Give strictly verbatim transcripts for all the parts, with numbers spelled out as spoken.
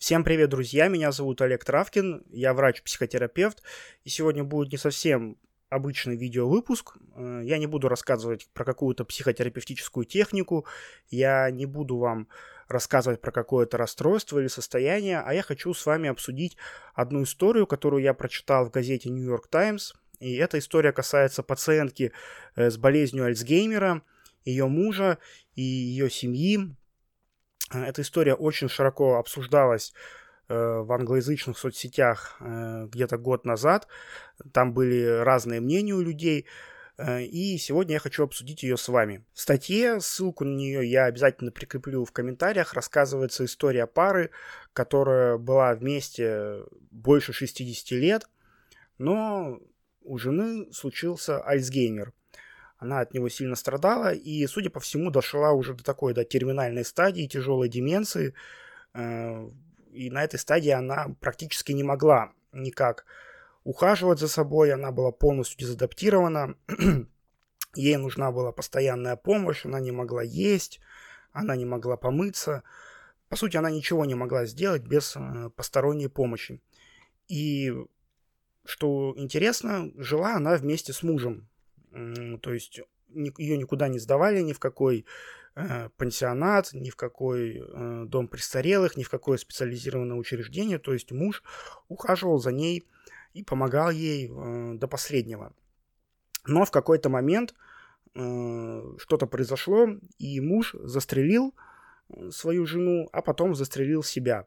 Всем привет, друзья! Меня зовут Олег Травкин, я врач-психотерапевт, и сегодня будет не совсем обычный видеовыпуск. Я не буду рассказывать про какую-то психотерапевтическую технику, я не буду вам рассказывать про какое-то расстройство или состояние, а я хочу с вами обсудить одну историю, которую я прочитал в газете New York Times, и эта история касается пациентки с болезнью Альцгеймера, ее мужа и ее семьи. Эта история очень широко обсуждалась э, в англоязычных соцсетях э, где-то год назад. Там были разные мнения у людей. Э, и сегодня я хочу обсудить ее с вами. В статье, ссылку на нее я обязательно прикреплю в комментариях, рассказывается история пары, которая была вместе больше шестидесяти лет, но у жены случился Альцгеймер. Она от него сильно страдала и, судя по всему, дошла уже до такой, до терминальной стадии тяжелой деменции. И на этой стадии она практически не могла никак ухаживать за собой, она была полностью дезадаптирована. Ей нужна была постоянная помощь, она не могла есть, она не могла помыться. По сути, она ничего не могла сделать без посторонней помощи. И, что интересно, жила она вместе с мужем. То есть ее никуда не сдавали, ни в какой э, пансионат, ни в какой э, дом престарелых, ни в какое специализированное учреждение. То есть муж ухаживал за ней и помогал ей э, до последнего. Но в какой-то момент э, что-то произошло, и муж застрелил свою жену, а потом застрелил себя.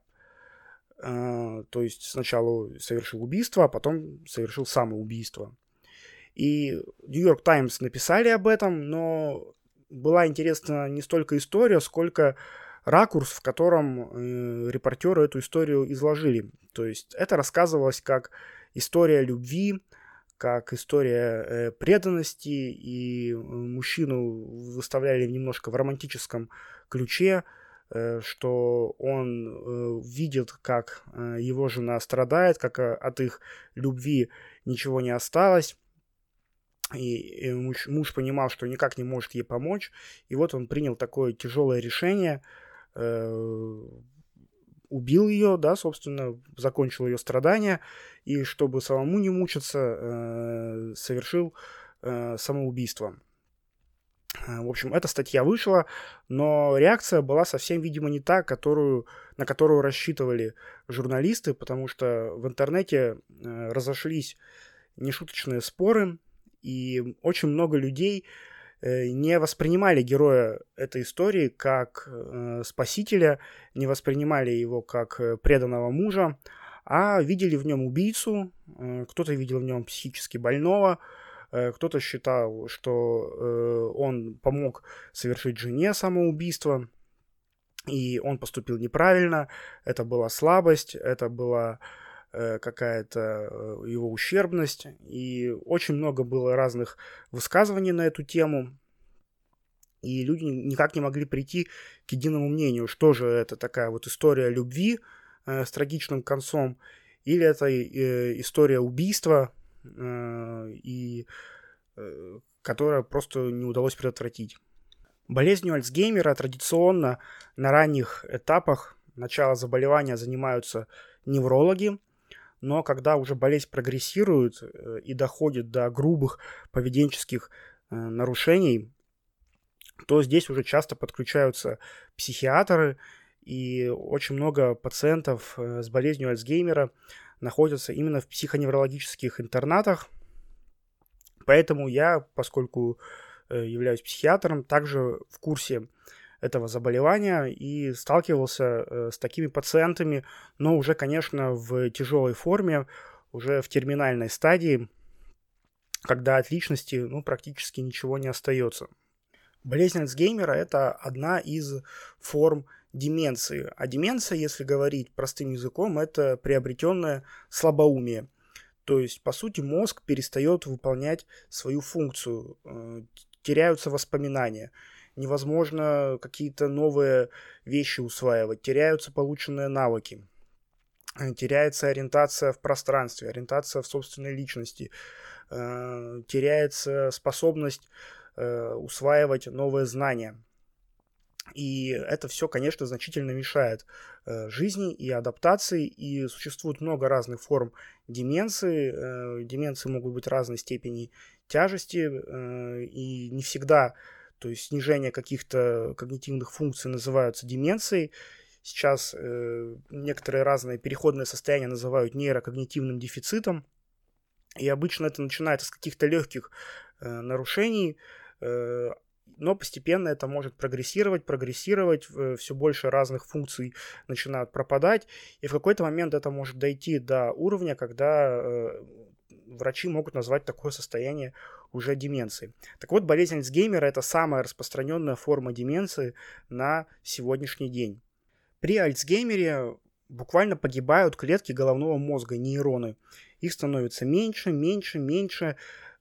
Э, то есть сначала совершил убийство, а потом совершил самоубийство. И New York Times написали об этом, но была интересна не столько история, сколько ракурс, в котором э, репортеры эту историю изложили. То есть это рассказывалось как история любви, как история э, преданности, и мужчину выставляли немножко в романтическом ключе, э, что он э, видит, как э, его жена страдает, как э, от их любви ничего не осталось. И, и муж, муж понимал, что никак не может ей помочь. И вот он принял такое тяжелое решение, э, убил ее, да, собственно, закончил ее страдания. И чтобы самому не мучиться, э, совершил э, самоубийство. В общем, эта статья вышла, но реакция была совсем, видимо, не та, которую, на которую рассчитывали журналисты, потому что в интернете э, разошлись нешуточные споры. И очень много людей э, не воспринимали героя этой истории как э, спасителя, не воспринимали его как э, преданного мужа, а видели в нем убийцу, э, кто-то видел в нем психически больного, э, кто-то считал, что э, он помог совершить жене самоубийство, и он поступил неправильно, это была слабость, это была какая-то его ущербность, и очень много было разных высказываний на эту тему, и люди никак не могли прийти к единому мнению, что же это такая вот история любви э, с трагичным концом, или это э, история убийства, э, и, э, которая просто не удалось предотвратить. Болезнью Альцгеймера традиционно на ранних этапах начала заболевания занимаются неврологи, но когда уже болезнь прогрессирует э, и доходит до грубых поведенческих э, нарушений, то здесь уже часто подключаются психиатры, и очень много пациентов э, с болезнью Альцгеймера находятся именно в психоневрологических интернатах. Поэтому я, поскольку э, являюсь психиатром, также в курсе этого заболевания и сталкивался э, с такими пациентами, но уже, конечно, в тяжелой форме, уже в терминальной стадии, когда от личности ну, практически ничего не остается. Болезнь Альцгеймера – это одна из форм деменции. А деменция, если говорить простым языком, это приобретенное слабоумие. То есть, по сути, мозг перестает выполнять свою функцию, э, теряются воспоминания. Невозможно какие-то новые вещи усваивать, теряются полученные навыки, теряется ориентация в пространстве, ориентация в собственной личности, теряется способность усваивать новые знания. И это все, конечно, значительно мешает э, жизни и адаптации, и существует много разных форм деменции. Э, деменции могут быть разной степени тяжести, э, и не всегда, то есть снижение каких-то когнитивных функций называются деменцией. Сейчас э, некоторые разные переходные состояния называют нейрокогнитивным дефицитом, и обычно это начинается с каких-то легких э, нарушений, э, но постепенно это может прогрессировать, прогрессировать, все больше разных функций начинают пропадать, и в какой-то момент это может дойти до уровня, когда э, врачи могут назвать такое состояние уже деменцией. Так вот, болезнь Альцгеймера – это самая распространенная форма деменции на сегодняшний день. При Альцгеймере буквально погибают клетки головного мозга, нейроны. Их становится меньше, меньше, меньше,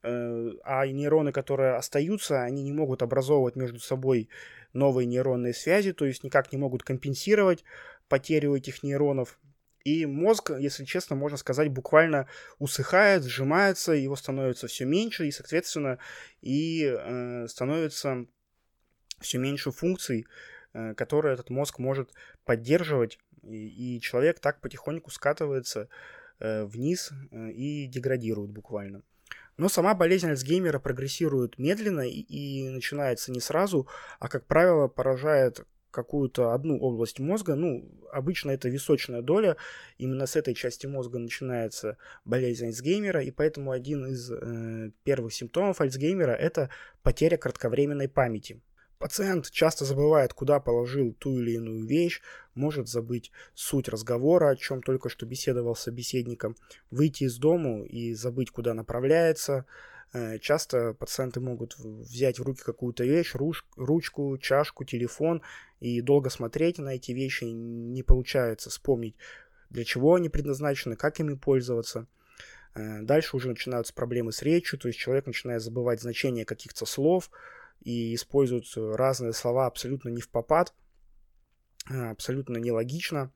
а нейроны, которые остаются, они не могут образовывать между собой новые нейронные связи, то есть никак не могут компенсировать потерю этих нейронов. И мозг, если честно, можно сказать, буквально усыхает, сжимается, его становится все меньше, и, соответственно, и э, становится все меньше функций, э, которые этот мозг может поддерживать, и, и человек так потихоньку скатывается э, вниз э, и деградирует буквально. Но сама болезнь Альцгеймера прогрессирует медленно и, и начинается не сразу, а, как правило, поражает какую-то одну область мозга. Ну, обычно это височная доля. Именно с этой части мозга начинается болезнь Альцгеймера, и поэтому один из э, первых симптомов Альцгеймера – это потеря кратковременной памяти. Пациент часто забывает, куда положил ту или иную вещь, может забыть суть разговора, о чем только что беседовал с собеседником, выйти из дому и забыть, куда направляется. Часто пациенты могут взять в руки какую-то вещь, руч- ручку, чашку, телефон, и долго смотреть на эти вещи, не получается вспомнить, для чего они предназначены, как ими пользоваться. Дальше уже начинаются проблемы с речью, то есть человек начинает забывать значение каких-то слов, и используют разные слова абсолютно не впопад, абсолютно нелогично,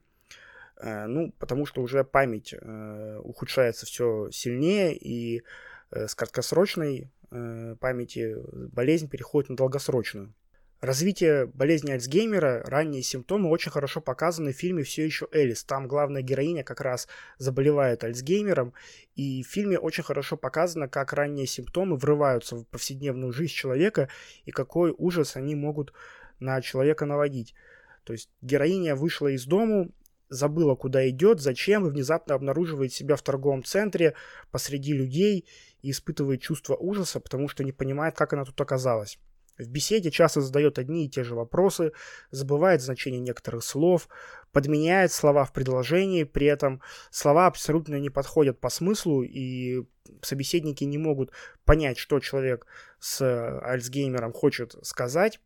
ну, потому что уже память ухудшается все сильнее, и с краткосрочной памяти болезнь переходит на долгосрочную. Развитие болезни Альцгеймера, ранние симптомы очень хорошо показаны в фильме «Все еще Элис». Там главная героиня как раз заболевает Альцгеймером, и в фильме очень хорошо показано, как ранние симптомы врываются в повседневную жизнь человека и какой ужас они могут на человека наводить. То есть героиня вышла из дому, забыла, куда идет, зачем, и внезапно обнаруживает себя в торговом центре посреди людей и испытывает чувство ужаса, потому что не понимает, как она тут оказалась. В беседе часто задает одни и те же вопросы, забывает значение некоторых слов, подменяет слова в предложении, при этом слова абсолютно не подходят по смыслу, и собеседники не могут понять, что человек с Альцгеймером хочет сказать.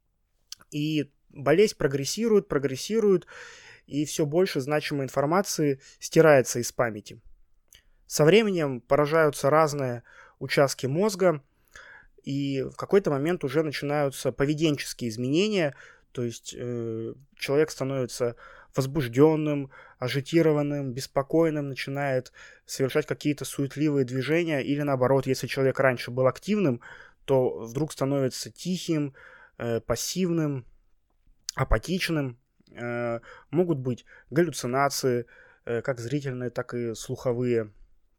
И болезнь прогрессирует, прогрессирует, и все больше значимой информации стирается из памяти. Со временем поражаются разные участки мозга, и в какой-то момент уже начинаются поведенческие изменения, то есть э, человек становится возбужденным, ажитированным, беспокойным, начинает совершать какие-то суетливые движения, или наоборот, если человек раньше был активным, то вдруг становится тихим, э, пассивным, апатичным. Э, могут быть галлюцинации, э, как зрительные, так и слуховые.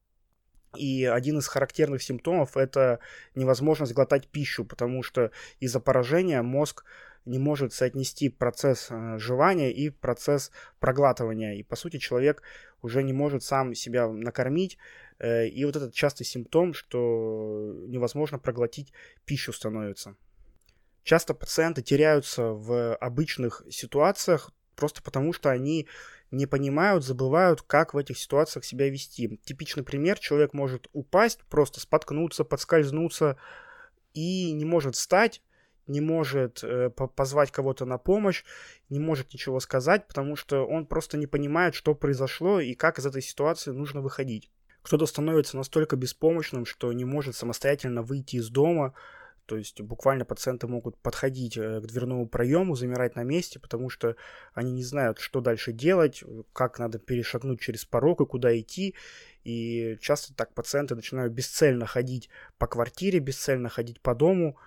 И один из характерных симптомов – это невозможность глотать пищу, потому что из-за поражения мозг не может соотнести процесс э, жевания и процесс проглатывания. И, по сути, человек уже не может сам себя накормить. Э, и вот этот частый симптом, что невозможно проглотить пищу, становится. Часто пациенты теряются в обычных ситуациях просто потому, что они не понимают, забывают, как в этих ситуациях себя вести. Типичный пример: человек может упасть, просто споткнуться, подскользнуться и не может встать, не может э, позвать кого-то на помощь, не может ничего сказать, потому что он просто не понимает, что произошло и как из этой ситуации нужно выходить. Кто-то становится настолько беспомощным, что не может самостоятельно выйти из дома. То есть буквально пациенты могут подходить к дверному проему, замирать на месте, потому что они не знают, что дальше делать, как надо перешагнуть через порог и куда идти. И часто так пациенты начинают бесцельно ходить по квартире, бесцельно ходить по дому,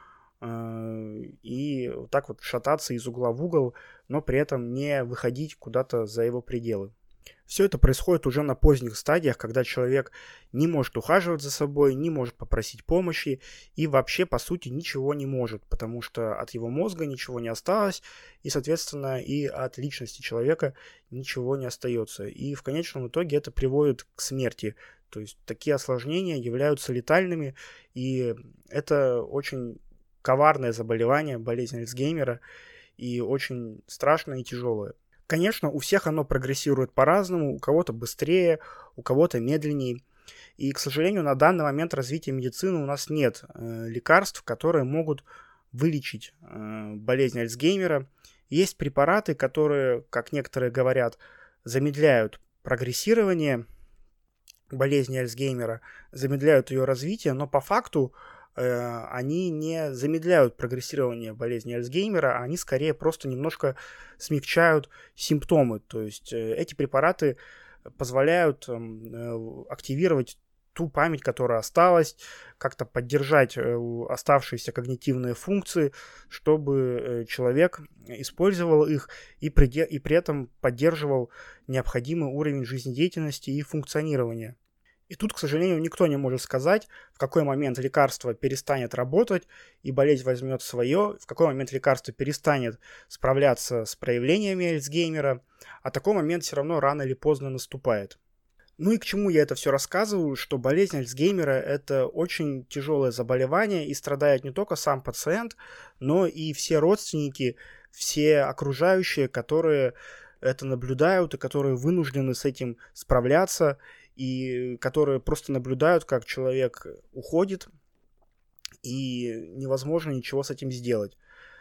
и вот так вот шататься из угла в угол, но при этом не выходить куда-то за его пределы. Все это происходит уже на поздних стадиях, когда человек не может ухаживать за собой, не может попросить помощи и вообще, по сути, ничего не может, потому что от его мозга ничего не осталось, и, соответственно, и от личности человека ничего не остается. И в конечном итоге это приводит к смерти. То есть такие осложнения являются летальными, и это очень коварное заболевание, болезнь Альцгеймера, и очень страшное и тяжелое. Конечно, у всех оно прогрессирует по-разному, у кого-то быстрее, у кого-то медленнее. И, к сожалению, на данный момент развития медицины у нас нет э, лекарств, которые могут вылечить э, болезнь Альцгеймера. Есть препараты, которые, как некоторые говорят, замедляют прогрессирование болезни Альцгеймера, замедляют ее развитие, но по факту э, они не замедляют прогрессирование болезни Альцгеймера, а они скорее просто немножко смягчают симптомы. То есть э, эти препараты позволяют э, активировать ту память, которая осталась, как-то поддержать э, оставшиеся когнитивные функции, чтобы э, человек использовал их и при, и при этом поддерживал необходимый уровень жизнедеятельности и функционирования. И тут, к сожалению, никто не может сказать, в какой момент лекарство перестанет работать и болезнь возьмет свое, в какой момент лекарство перестанет справляться с проявлениями Альцгеймера, а такой момент все равно рано или поздно наступает. Ну и к чему я это все рассказываю, что болезнь Альцгеймера – это очень тяжелое заболевание, и страдает не только сам пациент, но и все родственники, все окружающие, которые это наблюдают и которые вынуждены с этим справляться, и которые просто наблюдают, как человек уходит, и невозможно ничего с этим сделать.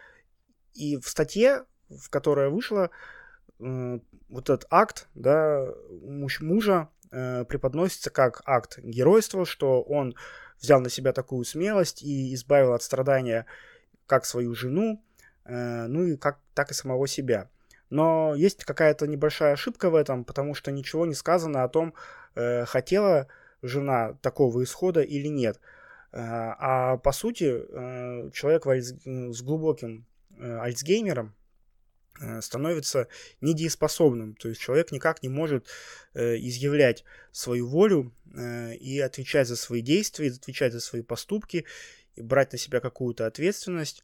И в статье, в которой вышла, э, вот этот акт, да, муж, мужа э, преподносится как акт геройства, что он взял на себя такую смелость и избавил от страдания как свою жену, э, ну и как, так и самого себя. Но есть какая-то небольшая ошибка в этом, потому что ничего не сказано о том, э, хотела жена такого исхода или нет. Э, а по сути, э, человек с глубоким э, Альцгеймером э, становится недееспособным. То есть человек никак не может э, изъявлять свою волю э, и отвечать за свои действия, отвечать за свои поступки, и брать на себя какую-то ответственность,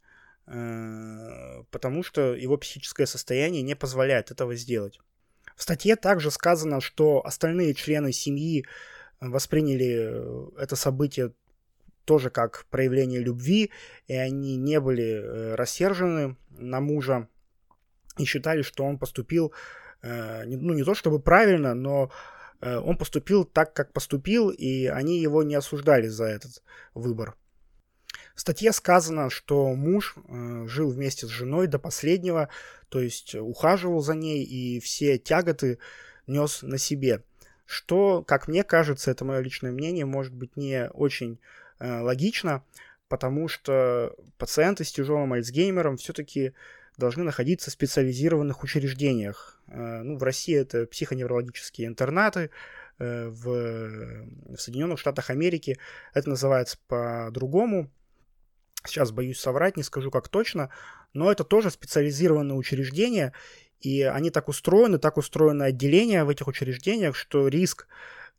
потому что его психическое состояние не позволяет этого сделать. В статье также сказано, что остальные члены семьи восприняли это событие тоже как проявление любви, и они не были рассержены на мужа и считали, что он поступил, ну, не то чтобы правильно, но он поступил так, как поступил, и они его не осуждали за этот выбор. В статье сказано, что муж э, жил вместе с женой до последнего, то есть ухаживал за ней и все тяготы нес на себе. Что, как мне кажется, это мое личное мнение, может быть не очень э, логично, потому что пациенты с тяжелым Альцгеймером все-таки должны находиться в специализированных учреждениях. Э, ну, в России это психоневрологические интернаты, э, в, в Соединенных Штатах Америки это называется по-другому. Сейчас боюсь соврать, не скажу как точно, но это тоже специализированные учреждения, и они так устроены, так устроены отделения в этих учреждениях, что риск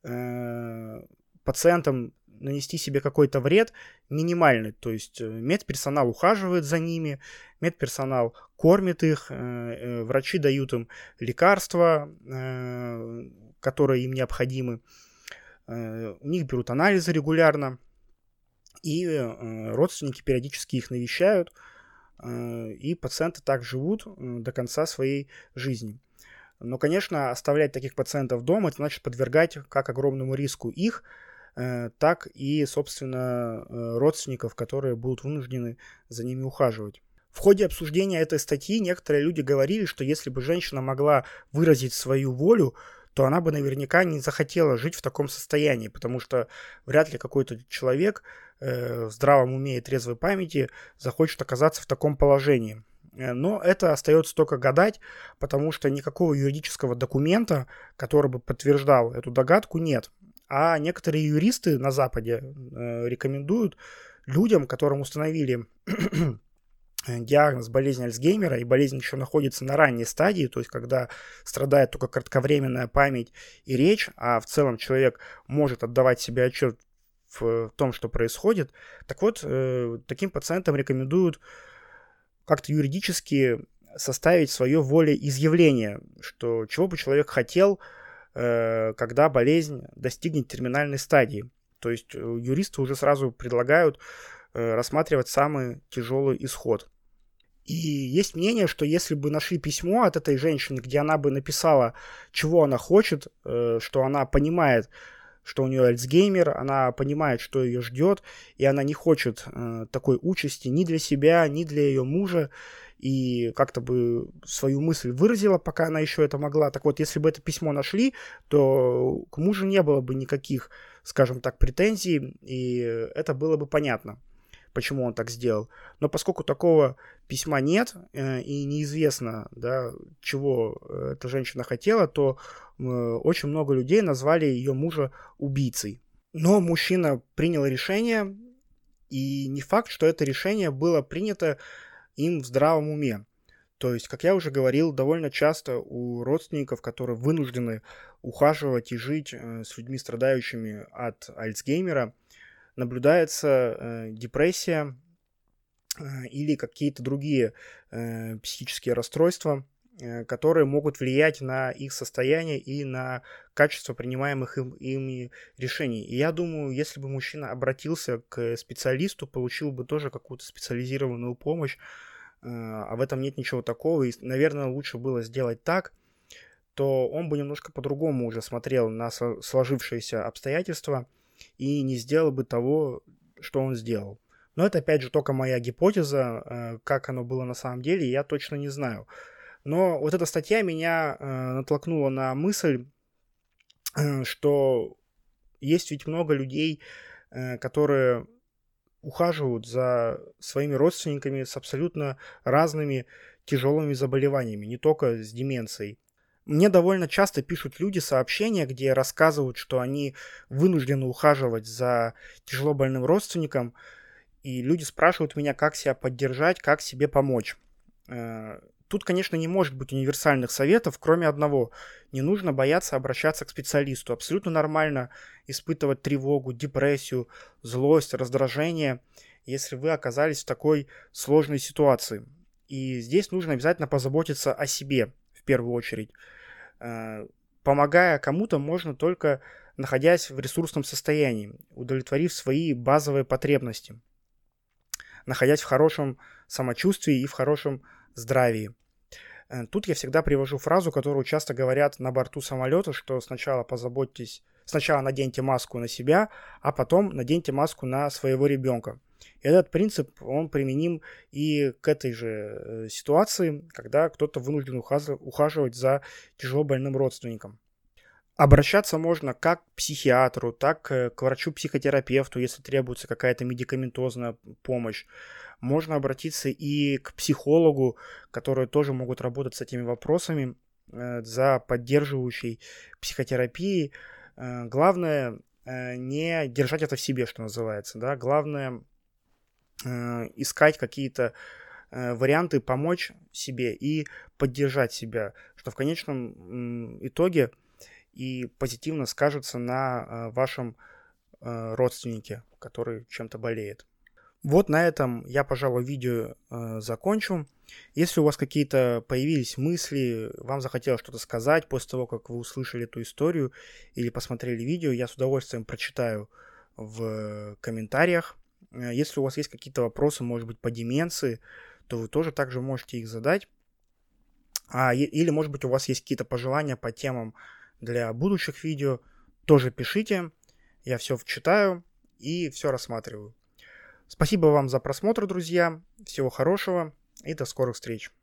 э, пациентам нанести себе какой-то вред минимальный. То есть медперсонал ухаживает за ними, медперсонал кормит их, э, э, врачи дают им лекарства, э, которые им необходимы, э, у них берут анализы регулярно. И э, родственники периодически их навещают, э, и пациенты так живут э, до конца своей жизни. Но, конечно, оставлять таких пациентов дома, это значит подвергать как огромному риску их, э, так и, собственно, э, родственников, которые будут вынуждены за ними ухаживать. В ходе обсуждения этой статьи некоторые люди говорили, что если бы женщина могла выразить свою волю, то она бы наверняка не захотела жить в таком состоянии, потому что вряд ли какой-то человек э, в здравом уме и трезвой памяти захочет оказаться в таком положении. Но это остается только гадать, потому что никакого юридического документа, который бы подтверждал эту догадку, нет. А некоторые юристы на Западе э, рекомендуют людям, которым установили диагноз болезни Альцгеймера, и болезнь еще находится на ранней стадии, то есть когда страдает только кратковременная память и речь, а в целом человек может отдавать себе отчет в том, что происходит. Так вот, э, таким пациентам рекомендуют как-то юридически составить свое волеизъявление, что чего бы человек хотел, э, когда болезнь достигнет терминальной стадии. То есть э, юристы уже сразу предлагают э, рассматривать самый тяжелый исход. И есть мнение, что если бы нашли письмо от этой женщины, где она бы написала, чего она хочет, э, что она понимает, что у нее Альцгеймер, она понимает, что ее ждет, и она не хочет э, такой участи ни для себя, ни для ее мужа, и как-то бы свою мысль выразила, пока она еще это могла. Так вот, если бы это письмо нашли, то к мужу не было бы никаких, скажем так, претензий, и это было бы понятно, почему он так сделал. Но поскольку такого письма нет, э, и неизвестно, да, чего эта женщина хотела, то э, очень много людей назвали ее мужа убийцей. Но мужчина принял решение, и не факт, что это решение было принято им в здравом уме. То есть, как я уже говорил, довольно часто у родственников, которые вынуждены ухаживать и жить э, с людьми, страдающими от Альцгеймера, наблюдается э, депрессия э, или какие-то другие э, психические расстройства, э, которые могут влиять на их состояние и на качество принимаемых им, ими решений. И я думаю, если бы мужчина обратился к специалисту, получил бы тоже какую-то специализированную помощь, э, а в этом нет ничего такого, и, наверное, лучше было сделать так, то он бы немножко по-другому уже смотрел на сложившиеся обстоятельства, и не сделал бы того, что он сделал. Но это, опять же, только моя гипотеза, как оно было на самом деле, я точно не знаю. Но вот эта статья меня натолкнула на мысль, что есть ведь много людей, которые ухаживают за своими родственниками с абсолютно разными тяжелыми заболеваниями, не только с деменцией. Мне довольно часто пишут люди сообщения, где рассказывают, что они вынуждены ухаживать за тяжело больным родственником, и люди спрашивают меня, как себя поддержать, как себе помочь. Тут, конечно, не может быть универсальных советов, кроме одного. Не нужно бояться обращаться к специалисту. Абсолютно нормально испытывать тревогу, депрессию, злость, раздражение, если вы оказались в такой сложной ситуации. И здесь нужно обязательно позаботиться о себе в первую очередь. Помогая кому-то, можно только находясь в ресурсном состоянии, удовлетворив свои базовые потребности, находясь в хорошем самочувствии и в хорошем здравии. Тут я всегда привожу фразу, которую часто говорят на борту самолета, что сначала позаботьтесь, сначала наденьте маску на себя, а потом наденьте маску на своего ребенка. И этот принцип, он применим и к этой же ситуации, когда кто-то вынужден ухаживать за тяжело больным родственником. Обращаться можно как к психиатру, так к врачу-психотерапевту, если требуется какая-то медикаментозная помощь. Можно обратиться и к психологу, которые тоже могут работать с этими вопросами за поддерживающей психотерапией. Главное не держать это в себе, что называется, да. Главное искать какие-то варианты помочь себе и поддержать себя, что в конечном итоге и позитивно скажется на вашем родственнике, который чем-то болеет. Вот на этом я, пожалуй, видео закончу. Если у вас какие-то появились мысли, вам захотелось что-то сказать после того, как вы услышали эту историю или посмотрели видео, я с удовольствием прочитаю в комментариях. Если у вас есть какие-то вопросы, может быть, по деменции, то вы тоже также можете их задать. А, или, может быть, у вас есть какие-то пожелания по темам для будущих видео, тоже пишите. Я все читаю и все рассматриваю. Спасибо вам за просмотр, друзья. Всего хорошего и до скорых встреч.